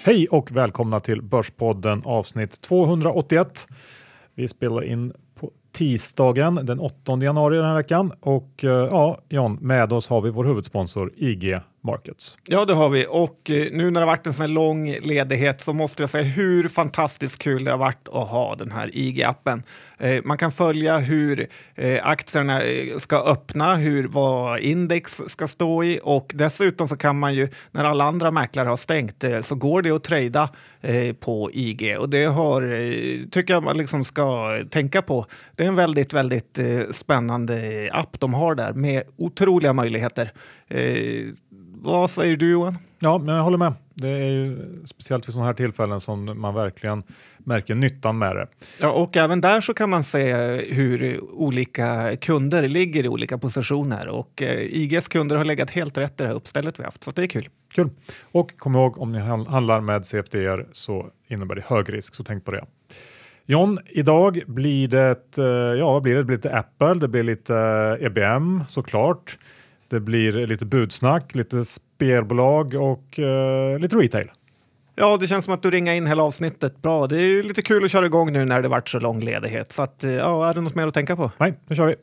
Hej och välkomna till Börspodden avsnitt 281. Vi spelar in på tisdagen den 8 januari den här veckan. Och John, med oss har vi vår huvudsponsor IG Markets. Ja, det har vi. Och nu när det har varit en sån här lång ledighet så måste jag säga hur fantastiskt kul det har varit att ha den här IG-appen. Man kan följa hur aktierna ska öppna, vad index ska stå i och dessutom så kan man ju, när alla andra mäklare har stängt, så går det att trada på IG. Och det tycker jag man liksom ska tänka på. Det är en väldigt, väldigt spännande app de har där med otroliga möjligheter. Vad säger du, Johan? Ja, men jag håller med. Det är ju speciellt vid sådana här tillfällen som man verkligen märker nyttan med det. Ja, och även där så kan man se hur olika kunder ligger i olika positioner. Och IGs kunder har legat helt rätt i det här uppstället vi haft, så det är kul. Kul. Och kom ihåg, om ni handlar med CFDR så innebär det hög risk, så tänk på det. John, idag blir det det blir lite Apple, det blir lite EBM såklart. Det blir lite budsnack, lite spelbolag och lite retail. Ja, det känns som att du ringer in hela avsnittet. Bra, det är ju lite kul att köra igång nu när det varit så lång ledighet. Så att, är det något mer att tänka på? Nej, nu kör vi.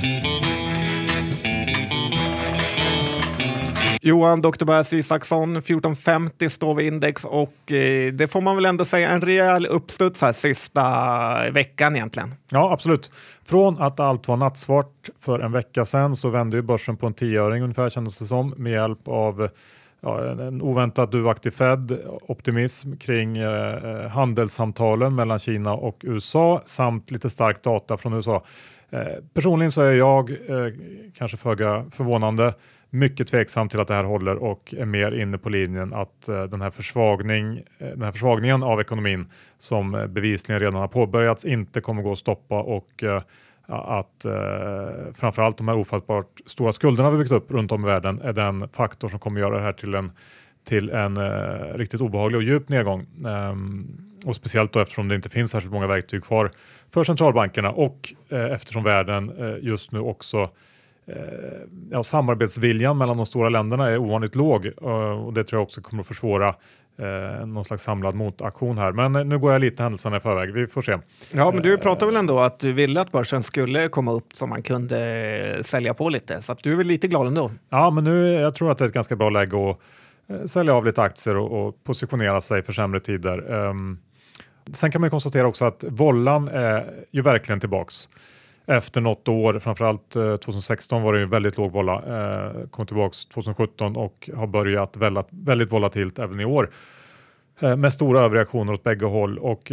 Johan, Dr. Bass Isaksson, 1450 står vid index och det får man väl ändå säga en rejäl uppstuds här sista veckan egentligen. Ja, absolut. Från att allt var nattsvart för en vecka sedan så vände ju börsen på en 10-öring ungefär, kändes det som, med hjälp av en oväntat duvaktig Fed, optimism kring handelssamtalen mellan Kina och USA samt lite stark data från USA. Personligen så är jag kanske föga förvånande mycket tveksam till att det här håller och är mer inne på linjen att den här försvagningen av ekonomin som bevisligen redan har påbörjats inte kommer gå att stoppa och att framförallt de här ofattbart stora skulderna vi byggt upp runt om i världen är den faktor som kommer göra det här till en riktigt obehaglig och djup nedgång. Och speciellt då eftersom det inte finns särskilt många verktyg kvar för centralbankerna och eftersom världen just nu också samarbetsviljan mellan de stora länderna är ovanligt låg och det tror jag också kommer att försvåra någon slags samlad motaktion här. Men nu går jag lite händelserna i förväg, vi får se. Ja, men du pratar väl ändå att du ville att börsen skulle komma upp så man kunde sälja på lite, så att du är väl lite glad ändå? Ja, men jag tror att det är ett ganska bra läge att sälja av lite aktier och positionera sig för sämre tider. Sen kan man konstatera också att vollan är ju verkligen tillbaks. Efter något år, framförallt 2016 var det ju väldigt låg volla, kom tillbaks 2017 och har börjat väldigt volatilt även i år. Med stora överreaktioner åt bägge håll och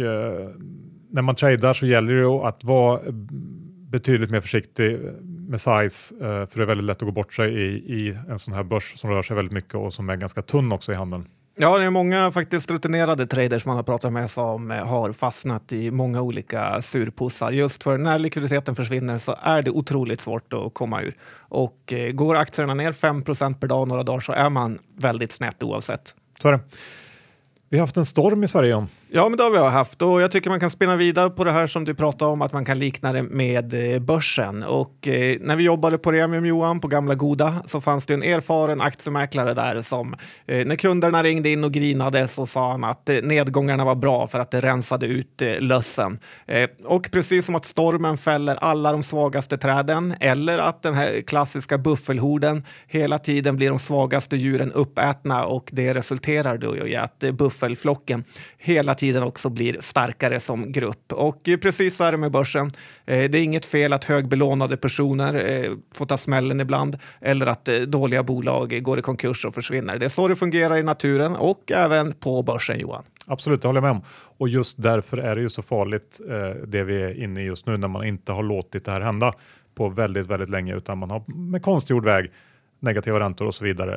när man tradar så gäller det ju att vara betydligt mer försiktig med size för det är väldigt lätt att gå bort sig i en sån här börs som rör sig väldigt mycket och som är ganska tunn också i handeln. Ja, det är många faktiskt rutinerade traders man har pratat med som har fastnat i många olika surpussar. Just för när likviditeten försvinner så är det otroligt svårt att komma ur. Och går aktierna ner 5% per dag några dagar så är man väldigt snett oavsett. Så är det. Vi har haft en storm i Sverige om. Ja, men det har vi haft och jag tycker man kan spinna vidare på det här som du pratade om att man kan likna det med börsen. Och när vi jobbade på Remium, Johan, på gamla goda så fanns det en erfaren aktiemäklare där som när kunderna ringde in och grinade så sa han att nedgångarna var bra för att det rensade ut lössen. Och precis som att stormen fäller alla de svagaste träden eller att den här klassiska buffelhorden hela tiden blir de svagaste djuren uppätna och det resulterar då i att buffelflocken hela tiden också blir starkare som grupp. Och precis så är det med börsen. Det är inget fel att högbelånade personer får ta smällen ibland eller att dåliga bolag går i konkurs och försvinner. Det är så det fungerar i naturen och även på börsen, Johan. Absolut, det håller jag med om. Och just därför är det ju så farligt det vi är inne i just nu när man inte har låtit det här hända på väldigt, väldigt länge utan man har med konstgjord väg negativa räntor och så vidare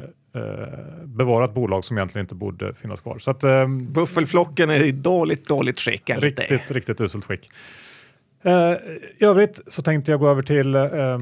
bevarat bolag som egentligen inte borde finnas kvar. Så att, buffelflocken är i dåligt skick. Riktigt uselt skick. I övrigt så tänkte jag gå över till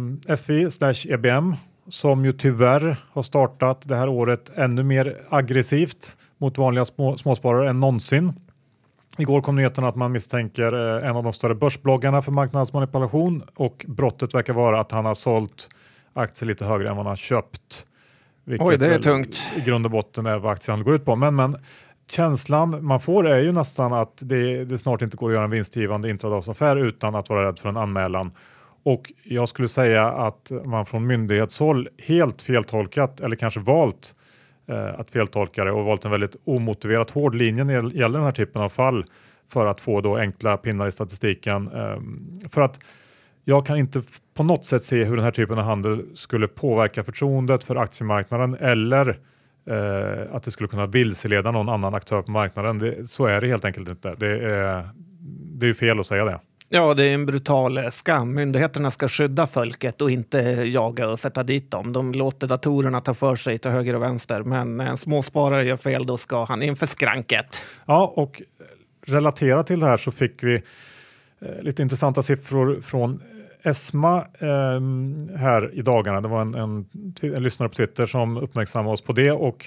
FI/EBM som ju tyvärr har startat det här året ännu mer aggressivt mot vanliga småsparare än någonsin. Igår kom nyheten att man misstänker en av de större börsbloggarna för marknadsmanipulation och brottet verkar vara att han har sålt aktier lite högre än vad han har köpt. Oj, det är tungt. I grund och botten är vad aktiehandel går ut på. Men känslan man får är ju nästan att det snart inte går att göra en vinstgivande intradagsaffär utan att vara rädd för en anmälan. Och jag skulle säga att man från myndighetshåll helt feltolkat eller kanske valt att feltolka det och valt en väldigt omotiverat hård linje när det gäller den här typen av fall för att få då enkla pinnar i statistiken. För att jag kan inte på något sätt se hur den här typen av handel skulle påverka förtroendet för aktiemarknaden eller att det skulle kunna vilseleda någon annan aktör på marknaden. Så är det helt enkelt inte. Det är ju fel att säga det. Ja, det är en brutal skam. Myndigheterna ska skydda folket och inte jaga och sätta dit dem. De låter datorerna ta för sig till höger och vänster. Men när en småsparare gör fel, då ska han inför skranket. Ja, och relaterat till det här så fick vi lite intressanta siffror från ESMA här i dagarna. Det var en lyssnare på Twitter som uppmärksammade oss på det och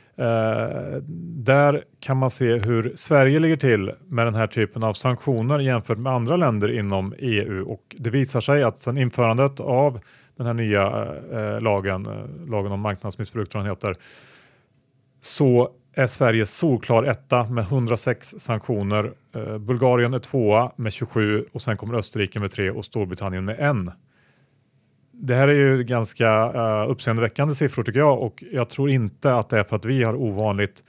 där kan man se hur Sverige ligger till med den här typen av sanktioner jämfört med andra länder inom EU. Och det visar sig att sedan införandet av den här nya lagen om marknadsmissbruk tror jag den heter, så är Sverige solklar etta med 106 sanktioner. Bulgarien är tvåa med 27 och sen kommer Österrike med 3 och Storbritannien med 1. Det här är ju ganska uppseendeväckande siffror tycker jag och jag tror inte att det är för att vi har ovanligt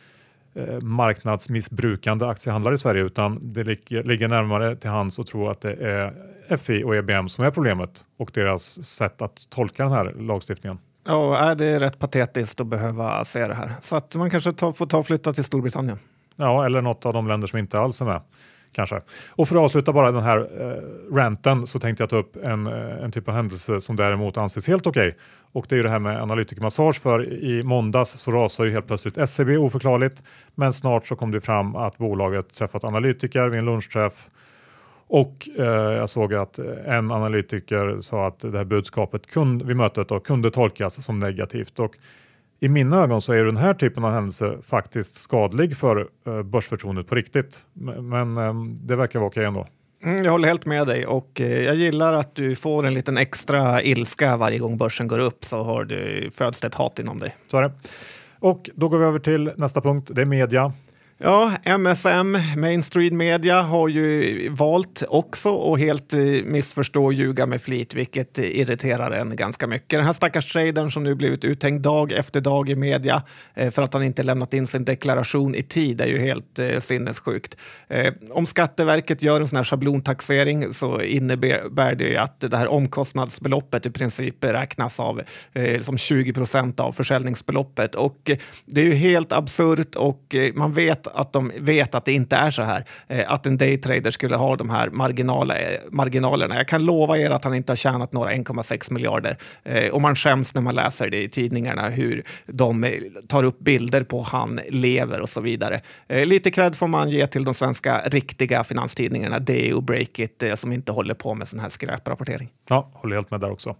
marknadsmissbrukande aktiehandlare i Sverige utan det ligger närmare till hands att tro att det är FI och EBM som är problemet och deras sätt att tolka den här lagstiftningen. Ja, det är rätt patetiskt att behöva se det här. Så att man kanske får och flytta till Storbritannien. Ja, eller något av de länder som inte alls är med. Kanske. Och för att avsluta bara den här ranten så tänkte jag ta upp en typ av händelse som däremot anses helt okej. Och det är ju det här med analytikermassage för i måndags så rasar ju helt plötsligt SEB oförklarligt. Men snart så kom det fram att bolaget träffat analytiker vid en lunchträff. Och jag såg att en analytiker sa att det här budskapet vid mötet då kunde tolkas som negativt. Och i mina ögon så är den här typen av händelse faktiskt skadlig för börsförtroendet på riktigt. Men det verkar vara okej ändå. Jag håller helt med dig och jag gillar att du får en liten extra ilska varje gång börsen går upp så föds det ett hat inom dig. Så är det. Och då går vi över till nästa punkt, det är media. Ja, MSM, Mainstream Media, har ju valt också att helt missförstå och ljuga med flit, vilket irriterar en ganska mycket. Den här stackars tradern som nu blivit uthängd dag efter dag i media för att han inte lämnat in sin deklaration i tid är ju helt sinnessjukt. Om Skatteverket gör en sån här schablontaxering så innebär det ju att det här omkostnadsbeloppet i princip räknas av som 20% av försäljningsbeloppet och det är ju helt absurt och man vet att de vet att det inte är så här. Att en daytrader skulle ha de här marginalerna. Jag kan lova er att han inte har tjänat några 1,6 miljarder. Och man skäms när man läser det i tidningarna hur de tar upp bilder på han lever och så vidare. Lite cred får man ge till de svenska riktiga finanstidningarna. DI och Breakit som inte håller på med sån här skräprapportering. Ja, håller helt med där också.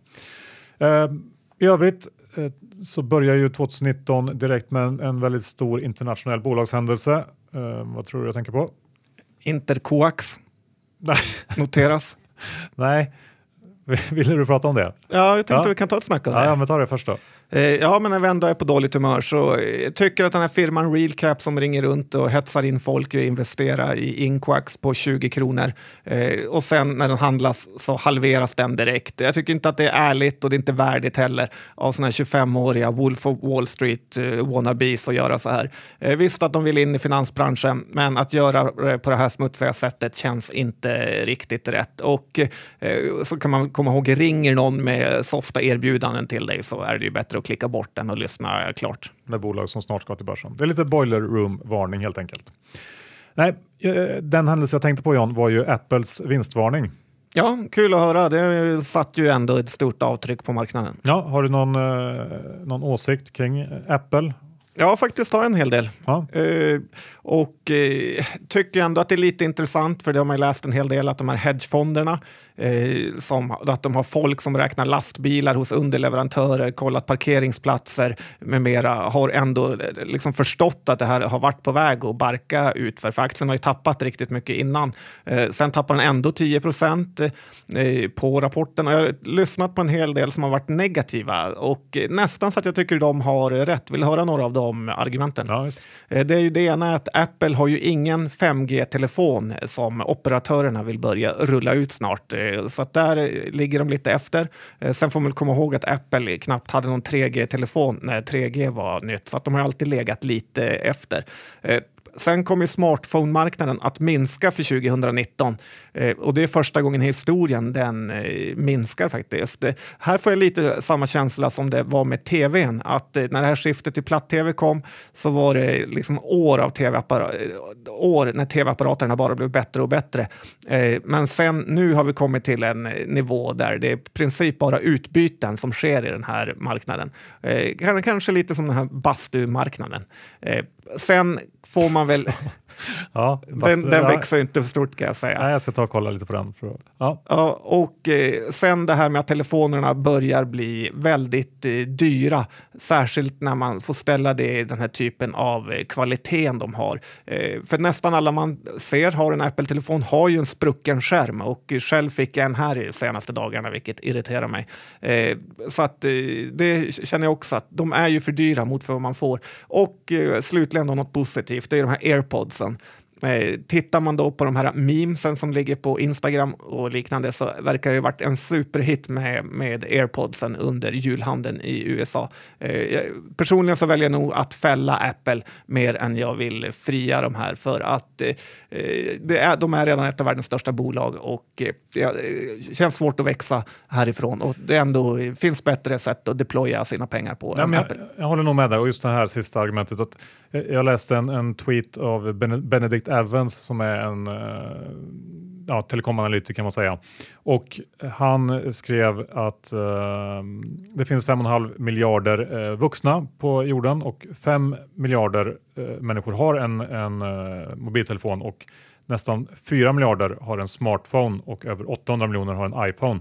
I övrigt så börjar ju 2019 direkt med en väldigt stor internationell bolagshändelse. Vad tror du jag tänker på? Intercoax. Noteras. Nej. Ville du prata om det? Ja, jag tänkte vi kan ta ett snack om det. Ja, men ta det först då. Ja, men när vi ändå är på dåligt humör så tycker att den här firman Realcap som ringer runt och hetsar in folk och investera i Inquax på 20 kronor och sen när den handlas så halveras den direkt. Jag tycker inte att det är ärligt och det är inte värdigt heller av såna här 25-åriga Wolf of Wall Street wannabes att göra så här. Visst att de vill in i finansbranschen men att göra på det här smutsiga sättet känns inte riktigt rätt och så kan man komma ihåg, ringer någon med softa erbjudanden till dig så är det ju bättre att klicka bort den och lyssna klart. Med bolag som snart ska till börsen. Det är lite boiler room-varning helt enkelt. Nej, den händelse jag tänkte på John var ju Apples vinstvarning. Ja, kul att höra. Det satt ju ändå ett stort avtryck på marknaden. Ja, har du någon åsikt kring Apple? Ja, faktiskt har en hel del. Ja. Tycker ändå att det är lite intressant för det har man ju läst en hel del att de här hedgefonderna att de har folk som räknar lastbilar hos underleverantörer, kollat parkeringsplatser med mera, har ändå liksom förstått att det här har varit på väg att barka ut för aktien har ju tappat riktigt mycket innan. Sen tappar den ändå 10% på rapporten och jag har lyssnat på en hel del som har varit negativa och nästan så att jag tycker de har rätt. Vill höra några av dem? de argumenten. Ja, just. Det är ju det ena att Apple har ju ingen 5G-telefon som operatörerna vill börja rulla ut snart. Så att där ligger de lite efter. Sen får man väl komma ihåg att Apple knappt hade någon 3G-telefon när 3G var nytt. Så att de har alltid legat lite efter. Sen kommer smartphone-marknaden att minska för 2019 och det är första gången i historien den minskar faktiskt. Här får jag lite samma känsla som det var med tvn, att när det här skiftet till platt-tv kom så var det liksom år när tv-apparaterna bara blev bättre och bättre. Men sen nu har vi kommit till en nivå där det är i princip bara utbyten som sker i den här marknaden. Kanske lite som den här bastu-marknaden. Sen får man väl... Ja, den växer inte för stort, kan jag säga. Nej, jag ska ta och kolla lite på den. Ja, och sen det här med att telefonerna börjar bli väldigt dyra. Särskilt när man får ställa det i den här typen av kvaliteten de har. För nästan alla man ser har en Apple-telefon har ju en sprucken skärm. Och själv fick jag en här i senaste dagarna, vilket irriterar mig. Så att det känner jag också att de är ju för dyra mot vad man får. Och slutligen då något positivt, det är de här AirPodsen. Tittar man då på de här memesen som ligger på Instagram och liknande, så verkar det ha varit en superhit med AirPodsen under julhandeln i USA. Personligen så väljer jag nog att fälla Apple mer än jag vill fria de här, för att de är redan ett av världens största bolag och det känns svårt att växa härifrån, och det ändå finns bättre sätt att deploya sina pengar på än Apple. Jag håller nog med dig, och just det här sista argumentet, att jag läste en tweet av Benedict Evans som är en telekomanalytiker kan man säga. Och han skrev att det finns 5,5 miljarder vuxna på jorden och 5 miljarder människor har en mobiltelefon, och nästan 4 miljarder har en smartphone och över 800 miljoner har en iPhone.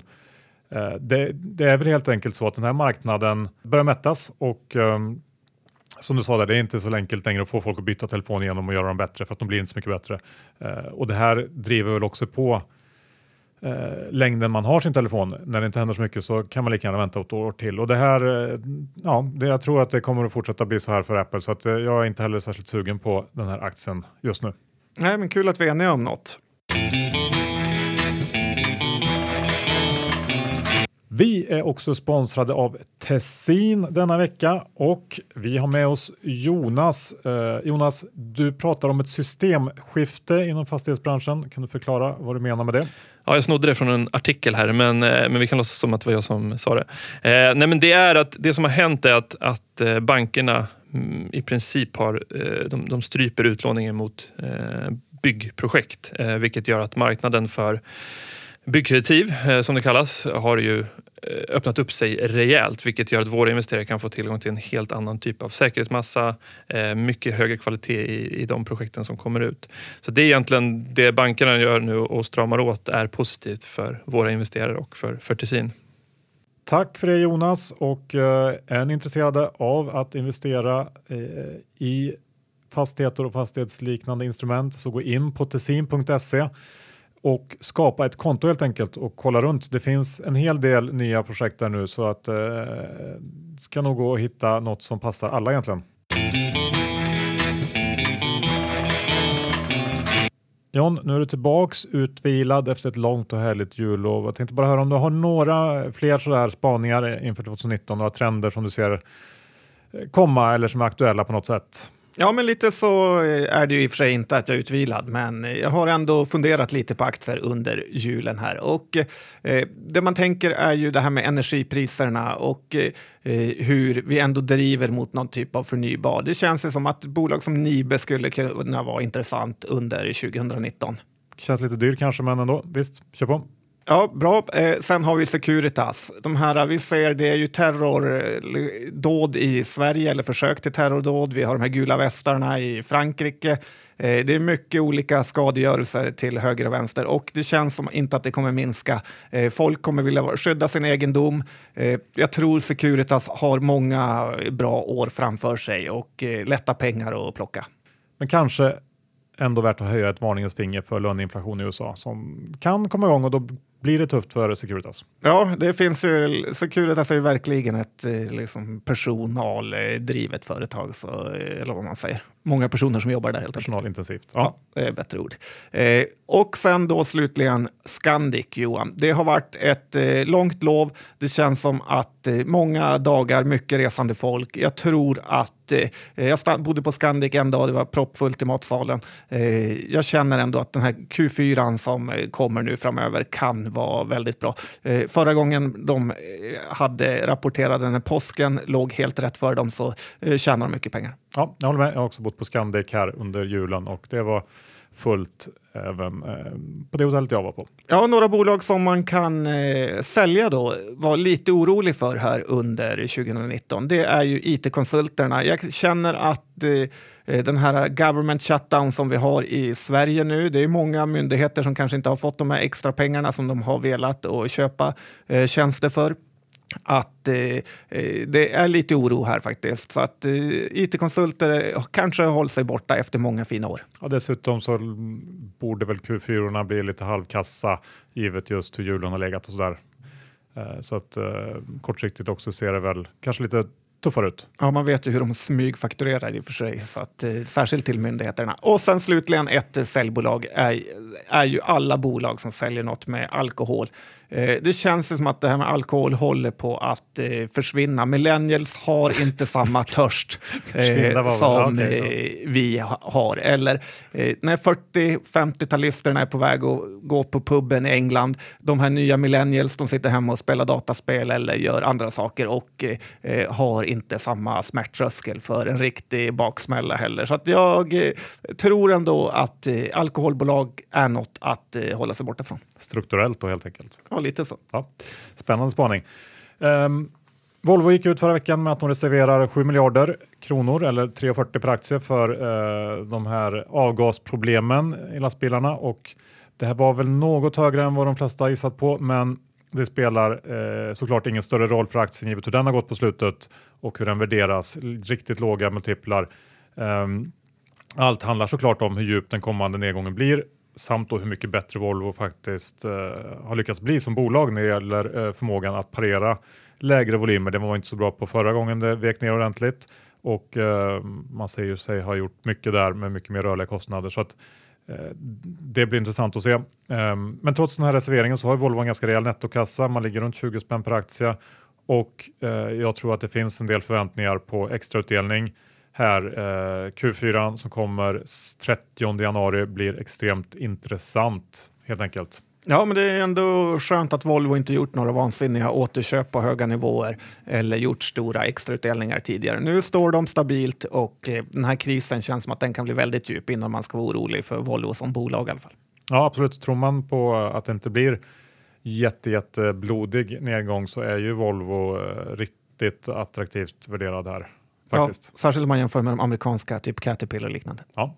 Det är väl helt enkelt så att den här marknaden börjar mättas, och som du sa där, det är inte så enkelt längre att få folk att byta telefon igenom och göra dem bättre, för att de blir inte så mycket bättre. Och det här driver väl också på längden man har sin telefon. När det inte händer så mycket så kan man lika gärna vänta ett år till. Och det här, jag tror att det kommer att fortsätta bli så här för Apple, så att jag är inte heller särskilt sugen på den här aktien just nu. Nej, men kul att vi är eniga om något. Vi är också sponsrade av Tessin denna vecka, och vi har med oss Jonas. Jonas, du pratar om ett systemskifte inom fastighetsbranschen. Kan du förklara vad du menar med det? Ja, jag snodde det från en artikel här, men vi kan låtsas som att det var jag som sa det. Nej, men det är att det som har hänt är att bankerna i princip har de stryper utlåningen mot byggprojekt, vilket gör att marknaden för byggkreditiv, som det kallas, har ju öppnat upp sig rejält, vilket gör att våra investerare kan få tillgång till en helt annan typ av säkerhetsmassa, mycket högre kvalitet i de projekten som kommer ut. Så det är egentligen det bankerna gör nu och stramar åt är positivt för våra investerare och för Tessin. Tack för det, Jonas, och är ni intresserade av att investera i fastigheter och fastighetsliknande instrument, så gå in på tessin.se och skapa ett konto helt enkelt och kolla runt. Det finns en hel del nya projekt där nu, så att ska nog gå att hitta något som passar alla egentligen. John, nu är du tillbaks utvilad efter ett långt och härligt jullov. Jag tänkte bara höra om du har några fler sådär spaningar inför 2019, några trender som du ser komma eller som är aktuella på något sätt. Ja, men lite så är det ju i och för sig inte att jag är utvilad, men jag har ändå funderat lite på aktier under julen här. Och det man tänker är ju det här med energipriserna och hur vi ändå driver mot någon typ av förnybar. Det känns ju som att bolag som Nibe skulle kunna vara intressant under 2019. Känns lite dyr kanske, men ändå. Visst, kör på. Ja, bra. Sen har vi Securitas. De här vi ser, det är ju terrordåd i Sverige, eller försök till terrordåd. Vi har de här gula västarna i Frankrike. Det är mycket olika skadegörelser till höger och vänster, och det känns som inte att det kommer minska. Folk kommer vilja skydda sin egendom. Jag tror Securitas har många bra år framför sig och lätta pengar att plocka. Men kanske ändå värt att höja ett varningens finger för löneinflation i USA som kan komma igång, och då blir det tufft för Securitas. Ja, det finns ju, Securitas är ju verkligen ett liksom personaldrivet företag, så, eller vad man säger. Många personer som jobbar där helt enkelt. Personalintensivt. Ja, det är bättre ord. Och sen då slutligen Scandic, Johan. Det har varit ett långt lov. Det känns som att många dagar, mycket resande folk. Jag tror att jag bodde på Scandic en dag, det var proppfullt i matsalen. Jag känner ändå att den här Q4 som kommer nu framöver kan vara väldigt bra. Förra gången de hade rapporterat den här påsken låg helt rätt för dem, så tjänar de mycket pengar. Ja, jag håller med. Jag har också bott på Scandic här under julen och det var fullt även på det hotellet jag var på. Ja, några bolag som man kan sälja då, var lite orolig för här under 2019. Det är ju IT-konsulterna. Jag känner att den här government shutdown som vi har i Sverige nu, det är många myndigheter som kanske inte har fått de här extra pengarna som de har velat och köpa tjänster för. Att det är lite oro här faktiskt. Så att IT-konsulter kanske håller sig borta efter många fina år. Ja, dessutom så borde väl Q4 bli lite halvkassa givet just hur julen har legat och sådär. Så att kortsiktigt också ser det väl kanske lite tuffare ut. Ja, man vet ju hur de smygfakturerar i och för sig, så att, särskilt till myndigheterna. Och sen slutligen ett säljbolag är ju alla bolag som säljer något med alkohol. Det känns som att det här med alkohol håller på att försvinna. Millennials har inte samma törst som vi har. Eller när 40-50-talisterna är på väg att gå på puben i England, de här nya millennials, de sitter hemma och spelar dataspel eller gör andra saker och har inte samma smärttröskel för en riktig baksmälla heller. Så att jag tror ändå att alkoholbolag är något att hålla sig borta från. Strukturellt då helt enkelt. Ja, lite så. Ja, spännande spaning. Volvo gick ut förra veckan med att de reserverar 7 miljarder kronor eller 3,40 per aktie för de här avgasproblemen i lastbilarna, och det här var väl något högre än vad de flesta gissat på, men det spelar såklart ingen större roll för aktien givet hur den har gått på slutet och hur den värderas. Riktigt låga multiplar. Allt handlar såklart om hur djup den kommande nedgången blir, samt då hur mycket bättre Volvo faktiskt har lyckats bli som bolag när det gäller förmågan att parera lägre volymer. Det var inte så bra på förra gången det vek ner ordentligt, och man säger sig ha gjort mycket där med mycket mer rörliga kostnader, så att det blir intressant att se. Men trots den här reserveringen så har Volvo en ganska rejäl nettokassa. Man ligger runt 20 spänn per aktie, och jag tror att det finns en del förväntningar på extrautdelning här. Q4 som kommer 30 januari blir extremt intressant helt enkelt. Ja, men det är ändå skönt att Volvo inte gjort några vansinniga återköp på höga nivåer eller gjort stora extrautdelningar tidigare. Nu står de stabilt, och den här krisen känns som att den kan bli väldigt djup innan man ska vara orolig för Volvo som bolag i alla fall. Ja, absolut. Tror man på att det inte blir jätteblodig nedgång så är ju Volvo riktigt attraktivt värderad här. Faktiskt. Ja, särskilt om man jämför med de amerikanska, typ Caterpillar och liknande. Ja.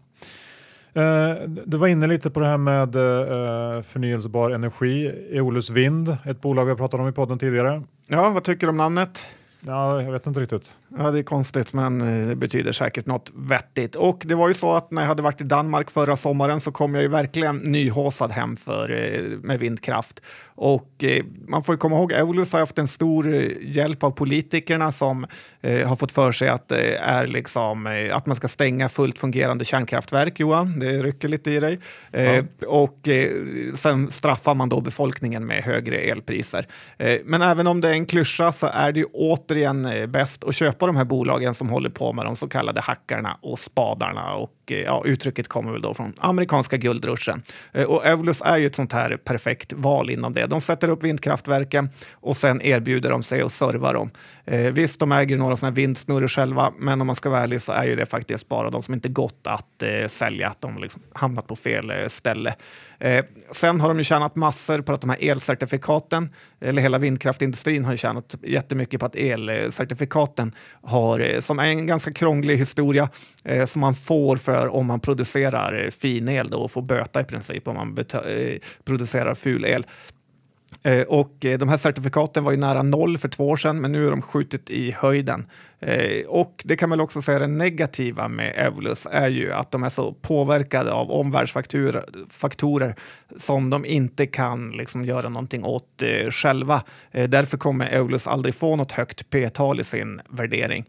Du var inne lite på det här med förnyelsebar energi. Eolus Vind, ett bolag vi har pratat om i podden tidigare. Ja, vad tycker du om namnet? Ja, jag vet inte riktigt. Ja, det är konstigt, men det betyder säkert något vettigt. Och det var ju så att när jag hade varit i Danmark förra sommaren så kom jag ju verkligen nyhåsad hem med vindkraft. Och man får ju komma ihåg, Eolus har haft en stor hjälp av politikerna som har fått för sig att det är liksom att man ska stänga fullt fungerande kärnkraftverk, Johan. Det rycker lite i dig. Ja. Och sen straffar man då befolkningen med högre elpriser. Men även om det är en klyscha så är det ju återigen bäst att köpa de här bolagen som håller på med de så kallade hackarna och spadarna, och uttrycket kommer väl då från amerikanska guldruschen. Och Eolus är ju ett sånt här perfekt val inom det. De sätter upp vindkraftverken och sen erbjuder de sig att serva dem. Visst, de äger några såna här vindsnurror själva, men om man ska vara ärlig så är ju det faktiskt bara de som inte gått att sälja, att de liksom hamnat på fel ställe. Sen har de ju tjänat massor på att de här elcertifikaten, eller hela vindkraftindustrin har ju tjänat jättemycket på att elcertifikaten har, som är en ganska krånglig historia som man får för om man producerar fin el då, och får böta i princip om man producerar ful el. Och de här certifikaten var ju nära 0 för 2 år sedan, men nu är de skjutit i höjden. Och det kan man också säga, det negativa med Evolus är ju att de är så påverkade av omvärldsfaktorer som de inte kan liksom göra någonting åt själva. Därför kommer Evolus aldrig få något högt P-tal i sin värdering.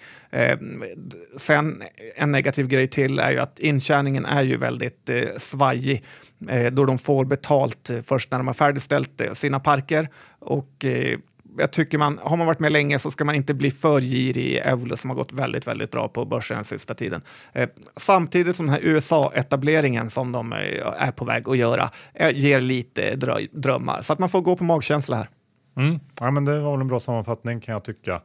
Sen en negativ grej till är ju att intjäningen är ju väldigt svajig, då de får betalt först när de har färdigställt sina parker. Och jag tycker har man varit med länge så ska man inte bli för girig i Evolus som har gått väldigt, väldigt bra på börsen den sista tiden. Samtidigt som den här USA-etableringen som de är på väg att göra ger lite drömmar. Så att man får gå på magkänsla här. Ja, men det var väl en bra sammanfattning kan jag tycka.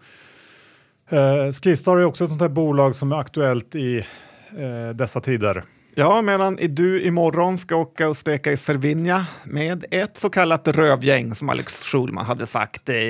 Skistar är också ett sånt här bolag som är aktuellt i dessa tider. Ja, medan du imorgon ska åka och steka i Cervinia med ett så kallat rövgäng som Alex Schulman hade sagt. Det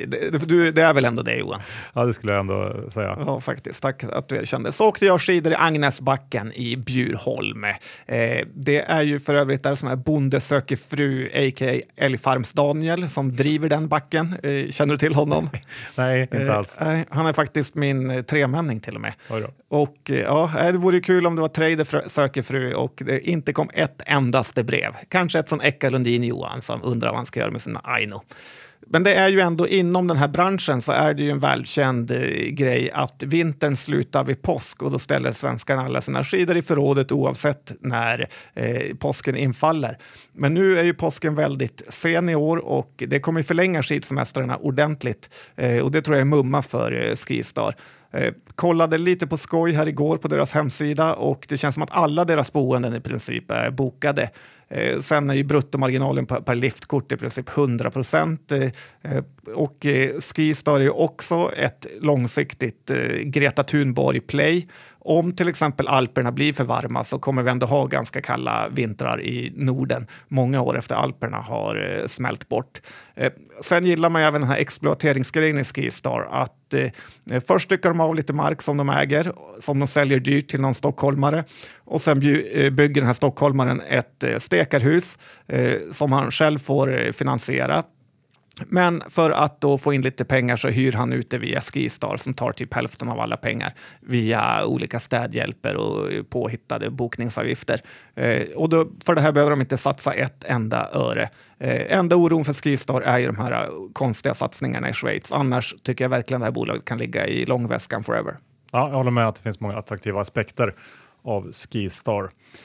är väl ändå det, Johan? Ja, det skulle jag ändå säga. Ja, faktiskt. Tack att du erkände. Så åkte jag skidor i Agnesbacken i Bjurholm. Det är ju för övrigt där som är Bonde söker fru, a.k.a. Älgfarms Daniel, som driver den backen. Känner du till honom? Nej, inte alls. Han är faktiskt min tremänning till och med. Oj då. Och ja, det vore kul om det var trader söker fru och det inte kom ett endaste brev. Kanske ett från Eka Lundin Johan som undrar vad han ska göra med sina Aino. Men det är ju ändå inom den här branschen så är det ju en välkänd grej att vintern slutar vid påsk och då ställer svenskarna alla sina skidor i förrådet oavsett när påsken infaller. Men nu är ju påsken väldigt sen i år och det kommer förlänga skidsemestrarna ordentligt och det tror jag är mumma för Skistar. Kollade lite på skoj här igår på deras hemsida och det känns som att alla deras boenden i princip är bokade. Sen är ju bruttomarginalen per liftkort i princip 100%. Och Skistar är ju också ett långsiktigt Greta Thunborg-play. Om till exempel Alperna blir för varma så kommer vi ändå ha ganska kalla vintrar i Norden många år efter Alperna har smält bort. Sen gillar man ju även den här exploateringsgrejen i Skistar att först styckar de av lite mark som de äger, som de säljer dyrt till någon stockholmare och sen bygger den här stockholmaren ett stekarhus som han själv får finansiera. Men för att då få in lite pengar så hyr han ut det via Skistar som tar typ hälften av alla pengar via olika städhjälper och påhittade bokningsavgifter. Och då, för det här behöver de inte satsa ett enda öre. Enda oron för Skistar är ju de här konstiga satsningarna i Schweiz. Annars tycker jag verkligen det här bolaget kan ligga i långväskan forever. Ja, jag håller med att det finns många attraktiva aspekter av Skistar.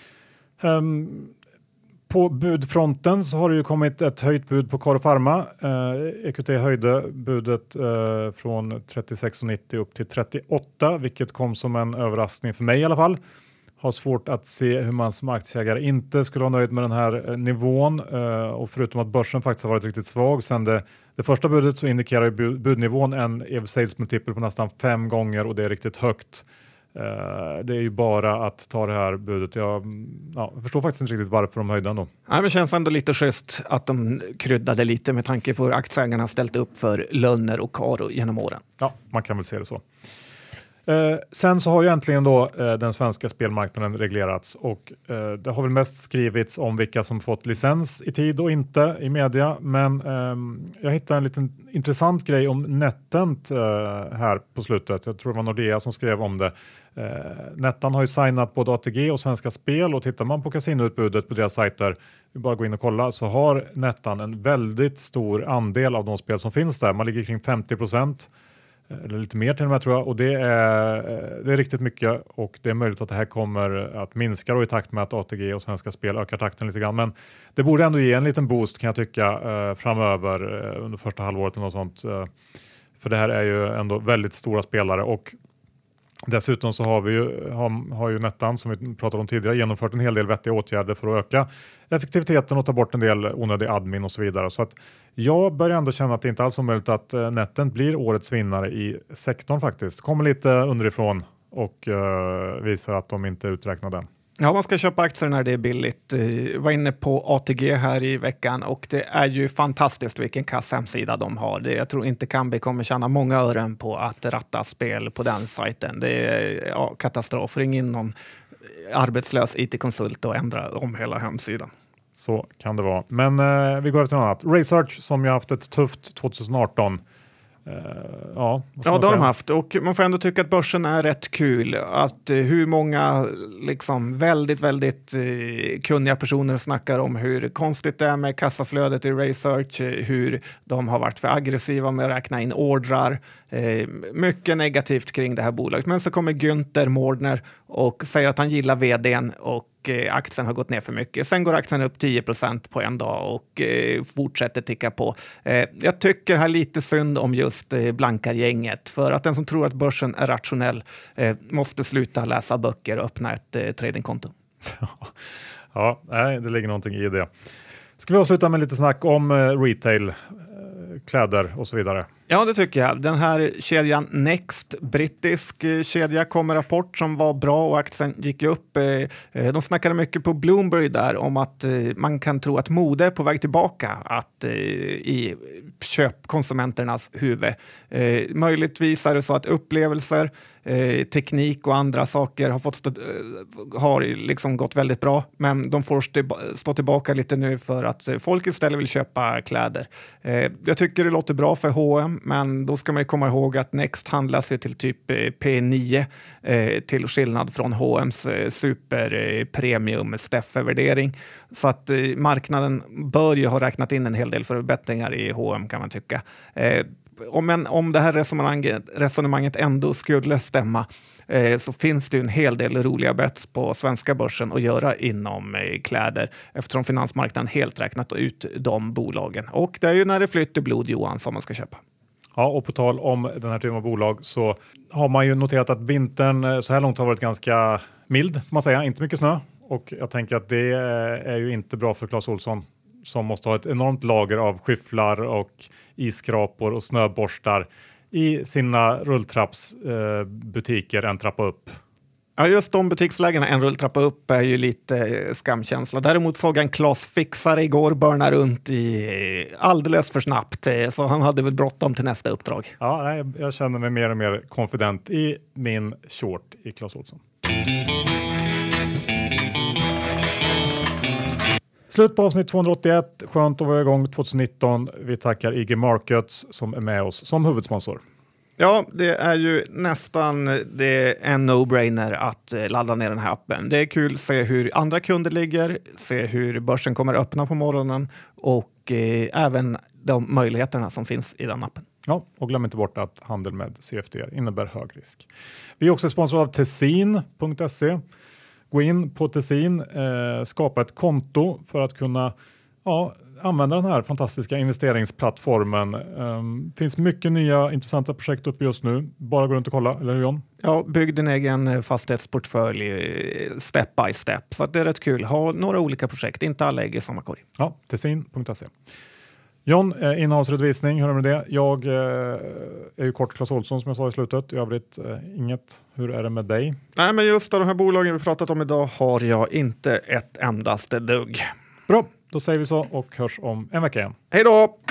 På budfronten så har det ju kommit ett höjt bud på Karo Pharma. EQT höjde budet från 36,90 upp till 38, vilket kom som en överraskning för mig i alla fall. Har svårt att se hur man som aktieägare inte skulle vara nöjd med den här nivån. Och förutom att börsen faktiskt har varit riktigt svag sen det första budet så indikerar ju budnivån en EV-sales-multipel på nästan 5 gånger och det är riktigt högt. Det är ju bara att ta det här budet. Jag förstår faktiskt inte riktigt varför de höjde ändå. Nej, men det känns ändå lite schysst att de kryddade lite med tanke på hur aktieägarna har ställt upp för Lönner och Karo genom åren. Ja, man kan väl se det så. Sen så har ju äntligen då den svenska spelmarknaden reglerats och det har väl mest skrivits om vilka som fått licens i tid och inte i media. Men jag hittade en liten intressant grej om NetEnt här på slutet. Jag tror det var Nordea som skrev om det. NetEnt har ju signat både ATG och Svenska Spel och tittar man på kasinoutbudet på deras sajter, vi bara går in och kolla, så har NetEnt en väldigt stor andel av de spel som finns där. Man ligger kring 50%. Eller lite mer till och med tror jag. Och det är riktigt mycket och det är möjligt att det här kommer att minska då i takt med att ATG och Svenska Spel ökar takten lite grann. Men det borde ändå ge en liten boost kan jag tycka framöver under första halvåret och något sånt. För det här är ju ändå väldigt stora spelare och dessutom så har ju NetEnt som vi pratade om tidigare genomfört en hel del vettiga åtgärder för att öka effektiviteten och ta bort en del onödig admin och så vidare. Så att jag börjar ändå känna att det inte alls är möjligt att NetEnt blir årets vinnare i sektorn faktiskt. Kommer lite underifrån och visar att de inte är uträknade. Ja, man ska köpa aktier när det är billigt. Jag var inne på ATG här i veckan och det är ju fantastiskt vilken kass-hemsida de har. Jag tror inte Kambi kommer tjäna många ören på att ratta spel på den sajten. Det är katastrof. Ring in någon arbetslös IT-konsult och ändra om hela hemsidan. Så kan det vara. Men vi går till något annat. Research som ju haft ett tufft 2018. Ja, det har de haft. Och man får ändå tycka att börsen är rätt kul. Att hur många liksom väldigt, väldigt kunniga personer snackar om hur konstigt det är med kassaflödet i Research, hur de har varit för aggressiva med att räkna in ordrar. Mycket negativt kring det här bolaget. Men så kommer Günther Mårdner och säger att han gillar vdn och aktien har gått ner för mycket. Sen går aktien upp 10% på en dag och fortsätter ticka på. Jag tycker här lite synd om just blankargänget, för att den som tror att börsen är rationell måste sluta läsa böcker och öppna ett tradingkonto. Ja, det ligger någonting i det. Ska vi avsluta med lite snack om retail, kläder och så vidare? Ja, det tycker jag. Den här kedjan Next, brittisk kedja, kom en rapport som var bra och aktien gick upp. De snackade mycket på Bloomberg där om att man kan tro att mode är på väg tillbaka i köpkonsumenternas huvud. Möjligtvis är det så att upplevelser, teknik och andra saker har liksom gått väldigt bra, men de får stå tillbaka lite nu för att folk istället vill köpa kläder. Jag tycker det låter bra för H&M, men då ska man ju komma ihåg att Next handlas till typ P9 till skillnad från H&M's superpremium Steffe-värdering. Så att marknaden bör ju ha räknat in en hel del förbättringar i H&M, kan man tycka. Om det här resonemanget ändå skulle stämma så finns det ju en hel del roliga bets på svenska börsen att göra inom kläder, eftersom finansmarknaden helt räknat ut de bolagen. Och det är ju när det flyter blod, Johan, som man ska köpa. Ja, och på tal om den här typen av bolag så har man ju noterat att vintern så här långt har varit ganska mild, får man säga. Inte mycket snö. Och jag tänker att det är ju inte bra för Clas Ohlson, som måste ha ett enormt lager av skyfflar och isskrapor och snöborstar i sina rulltrappsbutiker en trappa upp. Ja, just de butikslägena en rulltrappa upp är ju lite skamkänsla. Däremot såg jag en Clas Fixare igår börna runt i alldeles för snabbt, så han hade väl bråttom till nästa uppdrag. Ja, jag känner mig mer och mer konfident i min short i Clas Ohlson. Slut på avsnitt 281. Skönt att vara igång 2019. Vi tackar IG Markets som är med oss som huvudsponsor. Ja, det är ju nästan en no-brainer att ladda ner den här appen. Det är kul att se hur andra kunder ligger, se hur börsen kommer öppna på morgonen och även de möjligheterna som finns i den appen. Ja, och glöm inte bort att handel med CFD innebär hög risk. Vi är också sponsrade av Tessin.se. Gå in på Tessin, skapa ett konto för att kunna använda den här fantastiska investeringsplattformen. Finns mycket nya intressanta projekt uppe just nu. Bara gå runt och kolla, eller hur John? Ja, bygg din egen fastighetsportfölj step by step. Så att det är rätt kul. Ha några olika projekt, inte alla ägg i samma korg. Ja, Tessin.se. John, innehavsredovisning, hur är det med det? Jag är ju kort Clas Ohlson som jag sa i slutet. I övrigt inget. Hur är det med dig? Nej, men just de här bolagen vi pratat om idag har jag inte ett endaste dugg. Bra, då säger vi så och hörs om en vecka igen. Hej då!